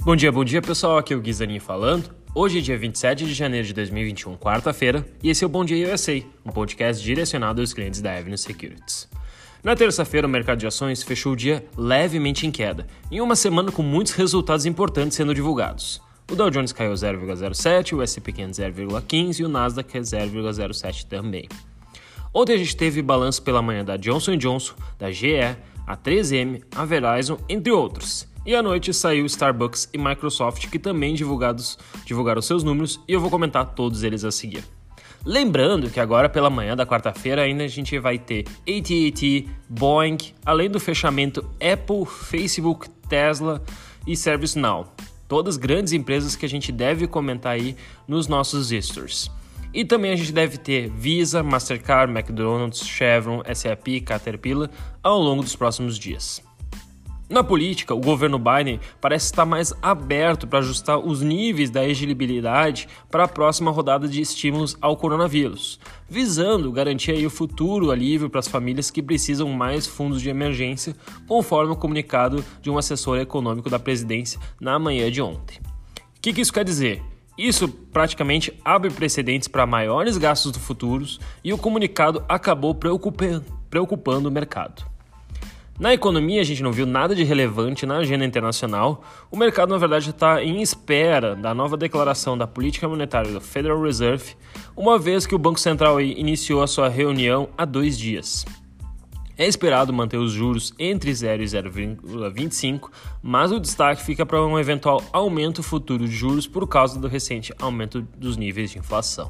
Bom dia pessoal, aqui é o Guizanin falando. Hoje é dia 27 de janeiro de 2021, quarta-feira, e esse é o Bom Dia USA, um podcast direcionado aos clientes da Avenue Securities. Na terça-feira, o mercado de ações fechou o dia levemente em queda, em uma semana com muitos resultados importantes sendo divulgados. O Dow Jones caiu 0,07, o S&P 500 0,15 e o Nasdaq 0,07 também. Ontem a gente teve balanço pela manhã da Johnson & Johnson, da GE, a 3M, a Verizon, entre outros. E à noite saiu Starbucks e Microsoft, que também divulgaram seus números, e eu vou comentar todos eles a seguir. Lembrando que agora pela manhã da quarta-feira ainda a gente vai ter AT&T, Boeing, além do fechamento Apple, Facebook, Tesla e ServiceNow. Todas grandes empresas que a gente deve comentar aí nos nossos stories. E também a gente deve ter Visa, Mastercard, McDonald's, Chevron, SAP, Caterpillar ao longo dos próximos dias. Na política, o governo Biden parece estar mais aberto para ajustar os níveis da elegibilidade para a próxima rodada de estímulos ao coronavírus, visando garantir aí o futuro alívio para as famílias que precisam mais fundos de emergência, conforme o comunicado de um assessor econômico da presidência na manhã de ontem. O que isso quer dizer? Isso praticamente abre precedentes para maiores gastos do futuro e o comunicado acabou preocupando o mercado. Na economia, a gente não viu nada de relevante na agenda internacional. O mercado, na verdade, está em espera da nova declaração da política monetária do Federal Reserve, uma vez que o Banco Central iniciou a sua reunião há 2 dias. É esperado manter os juros entre 0 e 0,25, mas o destaque fica para um eventual aumento futuro de juros por causa do recente aumento dos níveis de inflação.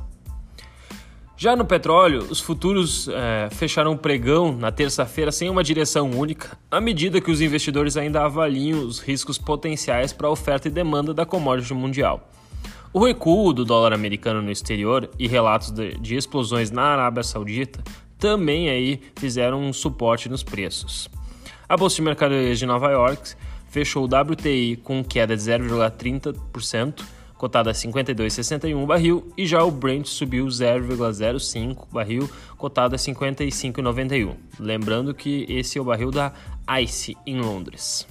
Já no petróleo, os futuros fecharam o pregão na terça-feira sem uma direção única, à medida que os investidores ainda avaliam os riscos potenciais para a oferta e demanda da commodity mundial. O recuo do dólar americano no exterior e relatos de explosões na Arábia Saudita também aí fizeram um suporte nos preços. A Bolsa de Mercadorias de Nova York fechou o WTI com queda de 0,30%, cotada a 52,61 o barril, e já o Brent subiu 0,05 o barril, cotada a 55,91. Lembrando que esse é o barril da ICE em Londres.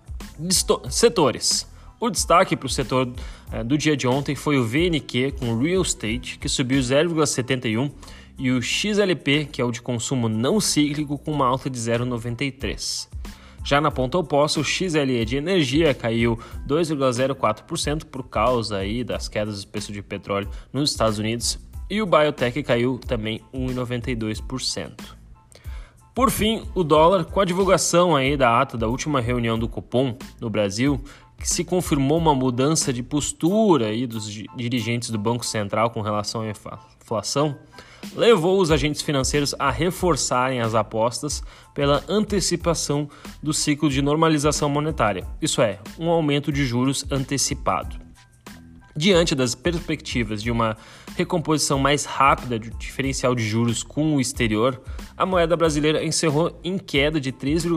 Setores. O destaque para o setor do dia de ontem foi o VNQ com Real Estate, que subiu 0,71, e o XLP, que é o de consumo não cíclico, com uma alta de 0,93. Já na ponta oposta, o XLE de energia caiu 2,04% por causa aí das quedas do preço de petróleo nos Estados Unidos, e o Biotech caiu também 1,92%. Por fim, o dólar, com a divulgação aí da ata da última reunião do Copom no Brasil, que se confirmou uma mudança de postura aí dos dirigentes do Banco Central com relação à inflação, levou os agentes financeiros a reforçarem as apostas pela antecipação do ciclo de normalização monetária, isso é, um aumento de juros antecipado. Diante das perspectivas de uma recomposição mais rápida do diferencial de juros com o exterior, a moeda brasileira encerrou em queda de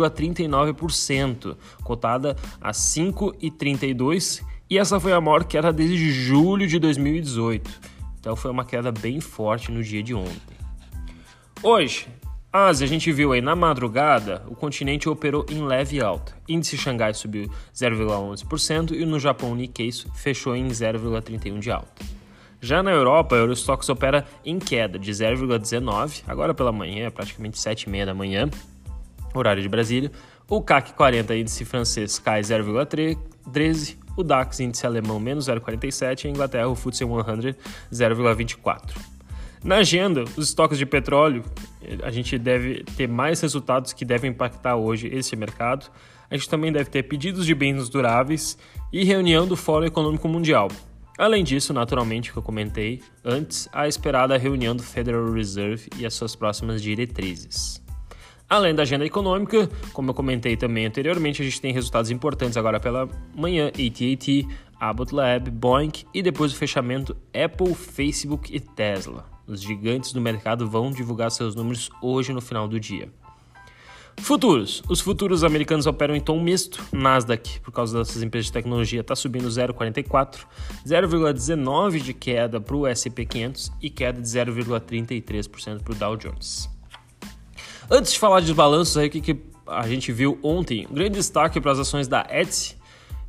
3,39%, cotada a 5,32, e essa foi a maior queda desde julho de 2018. Então foi uma queda bem forte no dia de ontem. Hoje, a Ásia, a gente viu aí na madrugada, o continente operou em leve alta. Índice Xangai subiu 0,11% e no Japão o Nikkei fechou em 0,31% de alta. Já na Europa, o Eurostoxx opera em queda de 0,19%, agora pela manhã, praticamente 7h30 da manhã, horário de Brasília. O CAC 40, índice francês, cai 0,13%, o DAX, índice alemão, menos 0,47%, e a Inglaterra, o FTSE 100, 0,24%. Na agenda, os estoques de petróleo, a gente deve ter mais resultados que devem impactar hoje esse mercado. A gente também deve ter pedidos de bens duráveis e reunião do Fórum Econômico Mundial. Além disso, naturalmente, que eu comentei antes, a esperada reunião do Federal Reserve e as suas próximas diretrizes. Além da agenda econômica, como eu comentei também anteriormente, a gente tem resultados importantes agora pela manhã: AT&T, Abbott Lab, Boeing e depois do fechamento Apple, Facebook e Tesla. Os gigantes do mercado vão divulgar seus números hoje no final do dia. Futuros. Os futuros americanos operam em tom misto. Nasdaq, por causa dessas empresas de tecnologia, está subindo 0,44, 0,19% de queda para o S&P 500 e queda de 0,33% para o Dow Jones. Antes de falar dos balanços, aí, o que a gente viu ontem, um grande destaque para as ações da Etsy,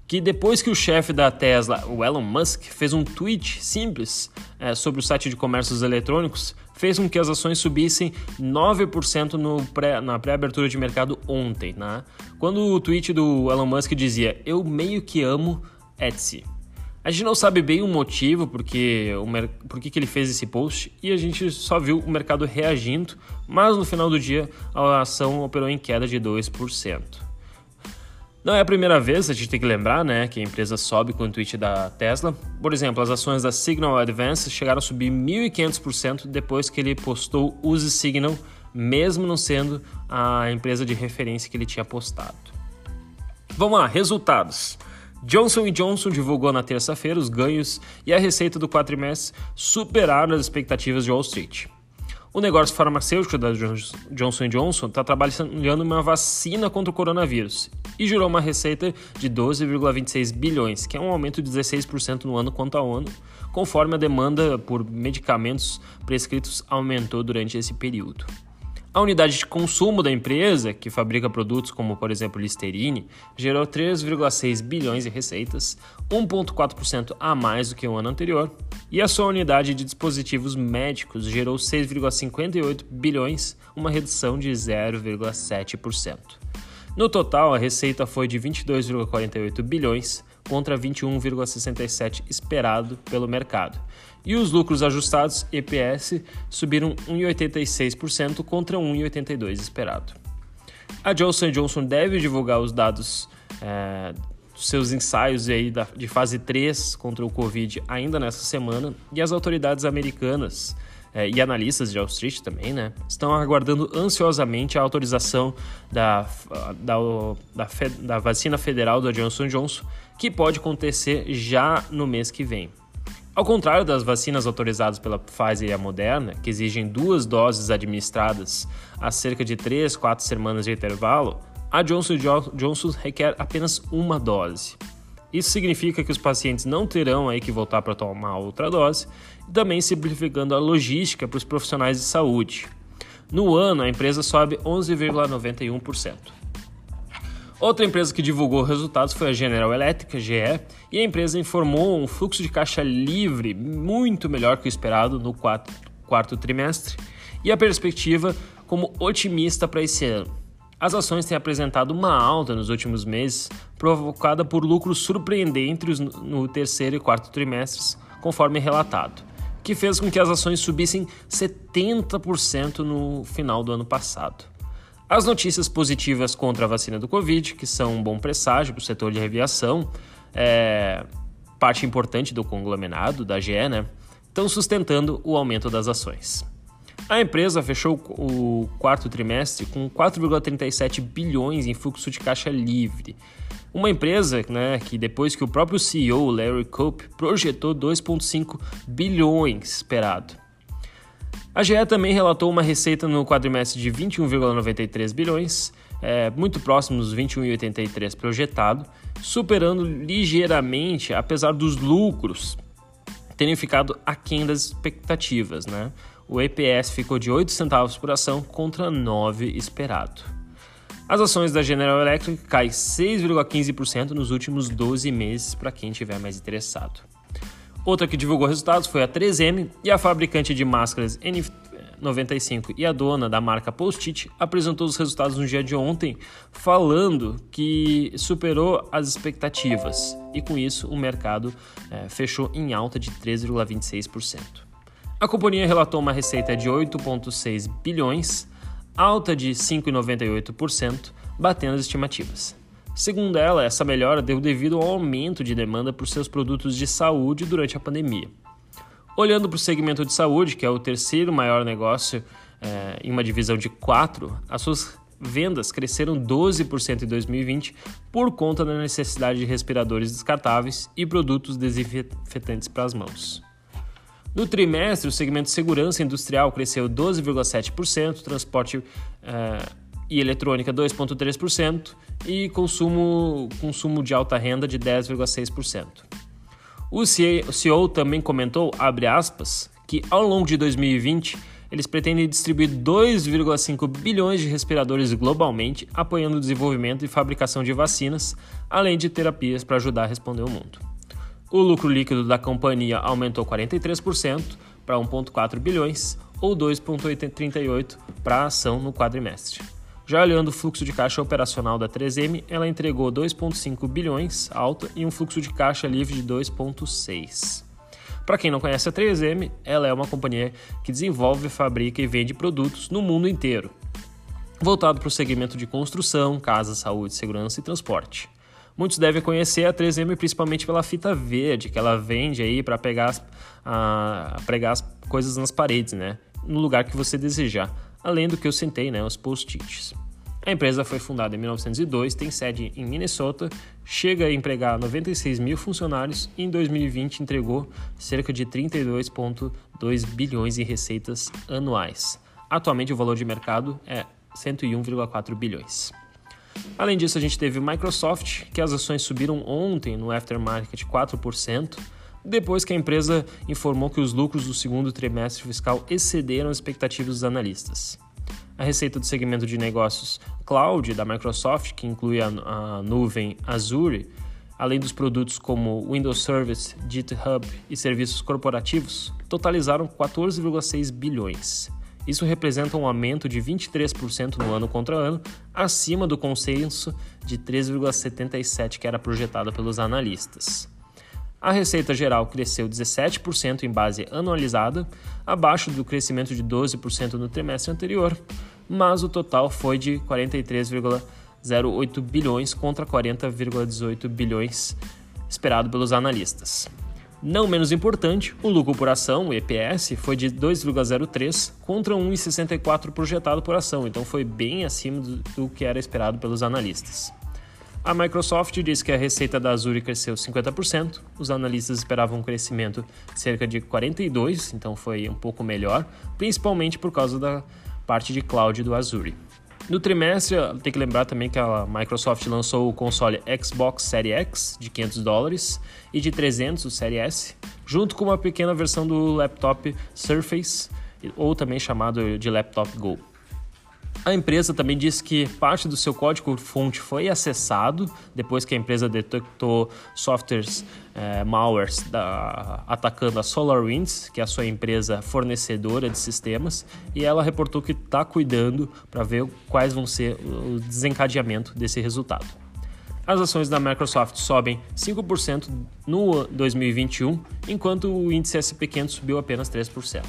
que depois que o chefe da Tesla, o Elon Musk, fez um tweet simples sobre o site de comércios eletrônicos, fez com que as ações subissem 9% na pré-abertura de mercado ontem, né? Quando o tweet do Elon Musk dizia "Eu meio que amo Etsy". A gente não sabe bem o motivo por que ele fez esse post e a gente só viu o mercado reagindo, mas no final do dia a ação operou em queda de 2%. Não é a primeira vez, a gente tem que lembrar, né, que a empresa sobe com o tweet da Tesla. Por exemplo, as ações da Signal Advance chegaram a subir 1.500% depois que ele postou Use Signal, mesmo não sendo a empresa de referência que ele tinha postado. Vamos lá, resultados. Johnson & Johnson divulgou na terça-feira os ganhos e a receita do quadrimestre superaram as expectativas de Wall Street. O negócio farmacêutico da Johnson & Johnson está trabalhando uma vacina contra o coronavírus e gerou uma receita de 12,26 bilhões, que é um aumento de 16% no ano quanto ao ano, conforme a demanda por medicamentos prescritos aumentou durante esse período. A unidade de consumo da empresa, que fabrica produtos como, por exemplo, Listerine, gerou 3,6 bilhões em receitas, 1,4% a mais do que o ano anterior, e a sua unidade de dispositivos médicos gerou 6,58 bilhões, uma redução de 0,7%. No total, a receita foi de 22,48 bilhões contra 21,67 esperado pelo mercado. E os lucros ajustados, EPS, subiram 1,86% contra 1,82% esperado. A Johnson & Johnson deve divulgar os dados dos seus ensaios aí de fase 3 contra o Covid ainda nessa semana, e as autoridades americanas e analistas de Wall Street também, né, estão aguardando ansiosamente a autorização da vacina federal da Johnson & Johnson, que pode acontecer já no mês que vem. Ao contrário das vacinas autorizadas pela Pfizer e a Moderna, que exigem 2 doses administradas a cerca de 3-4 semanas de intervalo, a Johnson & Johnson requer apenas 1 dose. Isso significa que os pacientes não terão aí que voltar para tomar outra dose, e também simplificando a logística para os profissionais de saúde. No ano, a empresa sobe 11,91%. Outra empresa que divulgou resultados foi a General Electric, GE, e a empresa informou um fluxo de caixa livre muito melhor que o esperado no quarto trimestre e a perspectiva como otimista para esse ano. As ações têm apresentado uma alta nos últimos meses, provocada por lucros surpreendentes no terceiro e quarto trimestres, conforme relatado, que fez com que as ações subissem 70% no final do ano passado. As notícias positivas contra a vacina do Covid, que são um bom presságio para o setor de aviação, parte importante do conglomerado da GE, né, estão sustentando o aumento das ações. A empresa fechou o quarto trimestre com 4,37 bilhões em fluxo de caixa livre. Uma empresa, né, que depois que o próprio CEO, Larry Culp, projetou 2,5 bilhões esperado. A GE também relatou uma receita no quadrimestre de 21,93 bilhões, muito próximo dos 21,83 projetado, superando ligeiramente, apesar dos lucros terem ficado aquém das expectativas, né? O EPS ficou de 8 centavos por ação contra 9 esperado. As ações da General Electric caem 6,15% nos últimos 12 meses, para quem estiver mais interessado. Outra que divulgou resultados foi a 3M, e a fabricante de máscaras N95 e a dona da marca Post-it apresentou os resultados no dia de ontem, falando que superou as expectativas, e com isso o mercado fechou em alta de 3,26%. A companhia relatou uma receita de 8,6 bilhões, alta de 5,98%, batendo as estimativas. Segundo ela, essa melhora deu devido ao aumento de demanda por seus produtos de saúde durante a pandemia. Olhando para o segmento de saúde, que é o terceiro maior negócio em uma divisão de 4, as suas vendas cresceram 12% em 2020 por conta da necessidade de respiradores descartáveis e produtos desinfetantes para as mãos. No trimestre, o segmento de segurança industrial cresceu 12,7%, transporte e eletrônica 2,3% e consumo de alta renda de 10,6%. O CEO também comentou, abre aspas, que ao longo de 2020 eles pretendem distribuir 2,5 bilhões de respiradores globalmente, apoiando o desenvolvimento e fabricação de vacinas, além de terapias para ajudar a responder o mundo. O lucro líquido da companhia aumentou 43% para 1,4 bilhões, ou 2,38 para a ação no quadrimestre. Já olhando o fluxo de caixa operacional da 3M, ela entregou 2,5 bilhões, alta, e um fluxo de caixa livre de 2,6. Para quem não conhece a 3M, ela é uma companhia que desenvolve, fabrica e vende produtos no mundo inteiro, voltado para o segmento de construção, casa, saúde, segurança e transporte. Muitos devem conhecer a 3M principalmente pela fita verde, que ela vende aí para pregar as coisas nas paredes, né? No lugar que você desejar, além do que eu citei, né? Os post-its. A empresa foi fundada em 1902, tem sede em Minnesota, chega a empregar 96 mil funcionários e em 2020 entregou cerca de 32,2 bilhões em receitas anuais. Atualmente o valor de mercado é 101,4 bilhões. Além disso, a gente teve Microsoft, que as ações subiram ontem no aftermarket 4%, depois que a empresa informou que os lucros do segundo trimestre fiscal excederam as expectativas dos analistas. A receita do segmento de negócios Cloud da Microsoft, que inclui a nuvem Azure, além dos produtos como Windows Service, GitHub e serviços corporativos, totalizaram 14,6 bilhões. Isso representa um aumento de 23% no ano contra ano, acima do consenso de 3,77% que era projetado pelos analistas. A receita geral cresceu 17% em base anualizada, abaixo do crescimento de 12% no trimestre anterior, mas o total foi de 43,08 bilhões contra 40,18 bilhões esperado pelos analistas. Não menos importante, o lucro por ação, o EPS, foi de 2,03 contra 1,64 projetado por ação, então foi bem acima do que era esperado pelos analistas. A Microsoft disse que a receita da Azure cresceu 50%, os analistas esperavam um crescimento de cerca de 42%, então foi um pouco melhor, principalmente por causa da parte de cloud do Azure. No trimestre, tem que lembrar também que a Microsoft lançou o console Xbox Series X de $500 e de 300 o Series S, junto com uma pequena versão do laptop Surface, ou também chamado de Laptop Go. A empresa também disse que parte do seu código-fonte foi acessado depois que a empresa detectou softwares malwares atacando a SolarWinds, que é a sua empresa fornecedora de sistemas, e ela reportou que está cuidando para ver quais vão ser o desencadeamento desse resultado. As ações da Microsoft sobem 5% no 2021, enquanto o índice SP 500 subiu apenas 3%.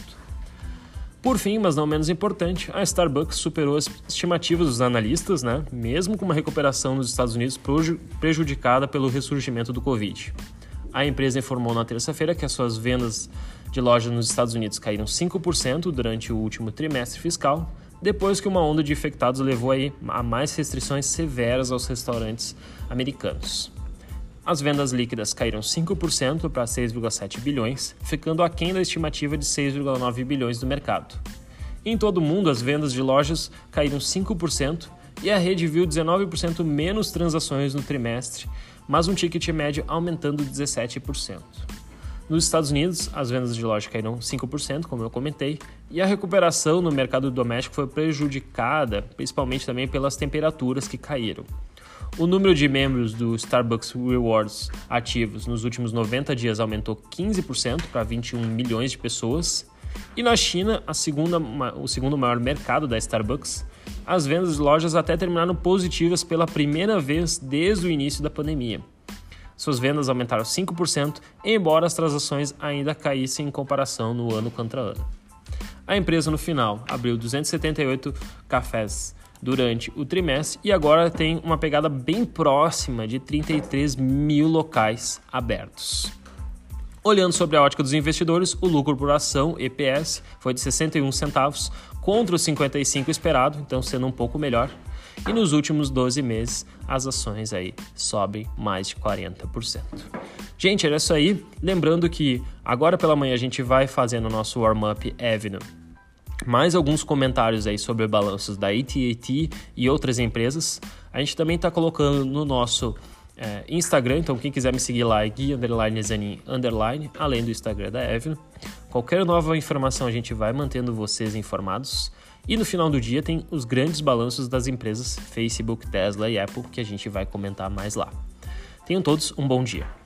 Por fim, mas não menos importante, a Starbucks superou as estimativas dos analistas, né? Mesmo com uma recuperação nos Estados Unidos prejudicada pelo ressurgimento do Covid. A empresa informou na terça-feira que as suas vendas de lojas nos Estados Unidos caíram 5% durante o último trimestre fiscal, depois que uma onda de infectados levou a mais restrições severas aos restaurantes americanos. As vendas líquidas caíram 5% para 6,7 bilhões, ficando aquém da estimativa de 6,9 bilhões do mercado. Em todo o mundo, as vendas de lojas caíram 5% e a rede viu 19% menos transações no trimestre, mas um ticket médio aumentando 17%. Nos Estados Unidos, as vendas de loja caíram 5%, como eu comentei, e a recuperação no mercado doméstico foi prejudicada, principalmente também pelas temperaturas que caíram. O número de membros do Starbucks Rewards ativos nos últimos 90 dias aumentou 15% para 21 milhões de pessoas. E na China, o segundo maior mercado da Starbucks, as vendas de lojas até terminaram positivas pela primeira vez desde o início da pandemia. Suas vendas aumentaram 5%, embora as transações ainda caíssem em comparação no ano contra ano. A empresa, no final, abriu 278 cafés durante o trimestre e agora tem uma pegada bem próxima de 33 mil locais abertos. Olhando sobre a ótica dos investidores, o lucro por ação, EPS, foi de 61 centavos contra os 55 esperado, então sendo um pouco melhor. E nos últimos 12 meses, as ações aí sobem mais de 40%. Gente, era isso aí. Lembrando que agora pela manhã a gente vai fazendo o nosso warm-up Avenue. Mais alguns comentários aí sobre balanços da AT&T e outras empresas. A gente também está colocando no nosso Instagram, então quem quiser me seguir lá é Gui_Zanin_, além do Instagram da Avenue. Qualquer nova informação a gente vai mantendo vocês informados. E no final do dia tem os grandes balanços das empresas Facebook, Tesla e Apple, que a gente vai comentar mais lá. Tenham todos um bom dia.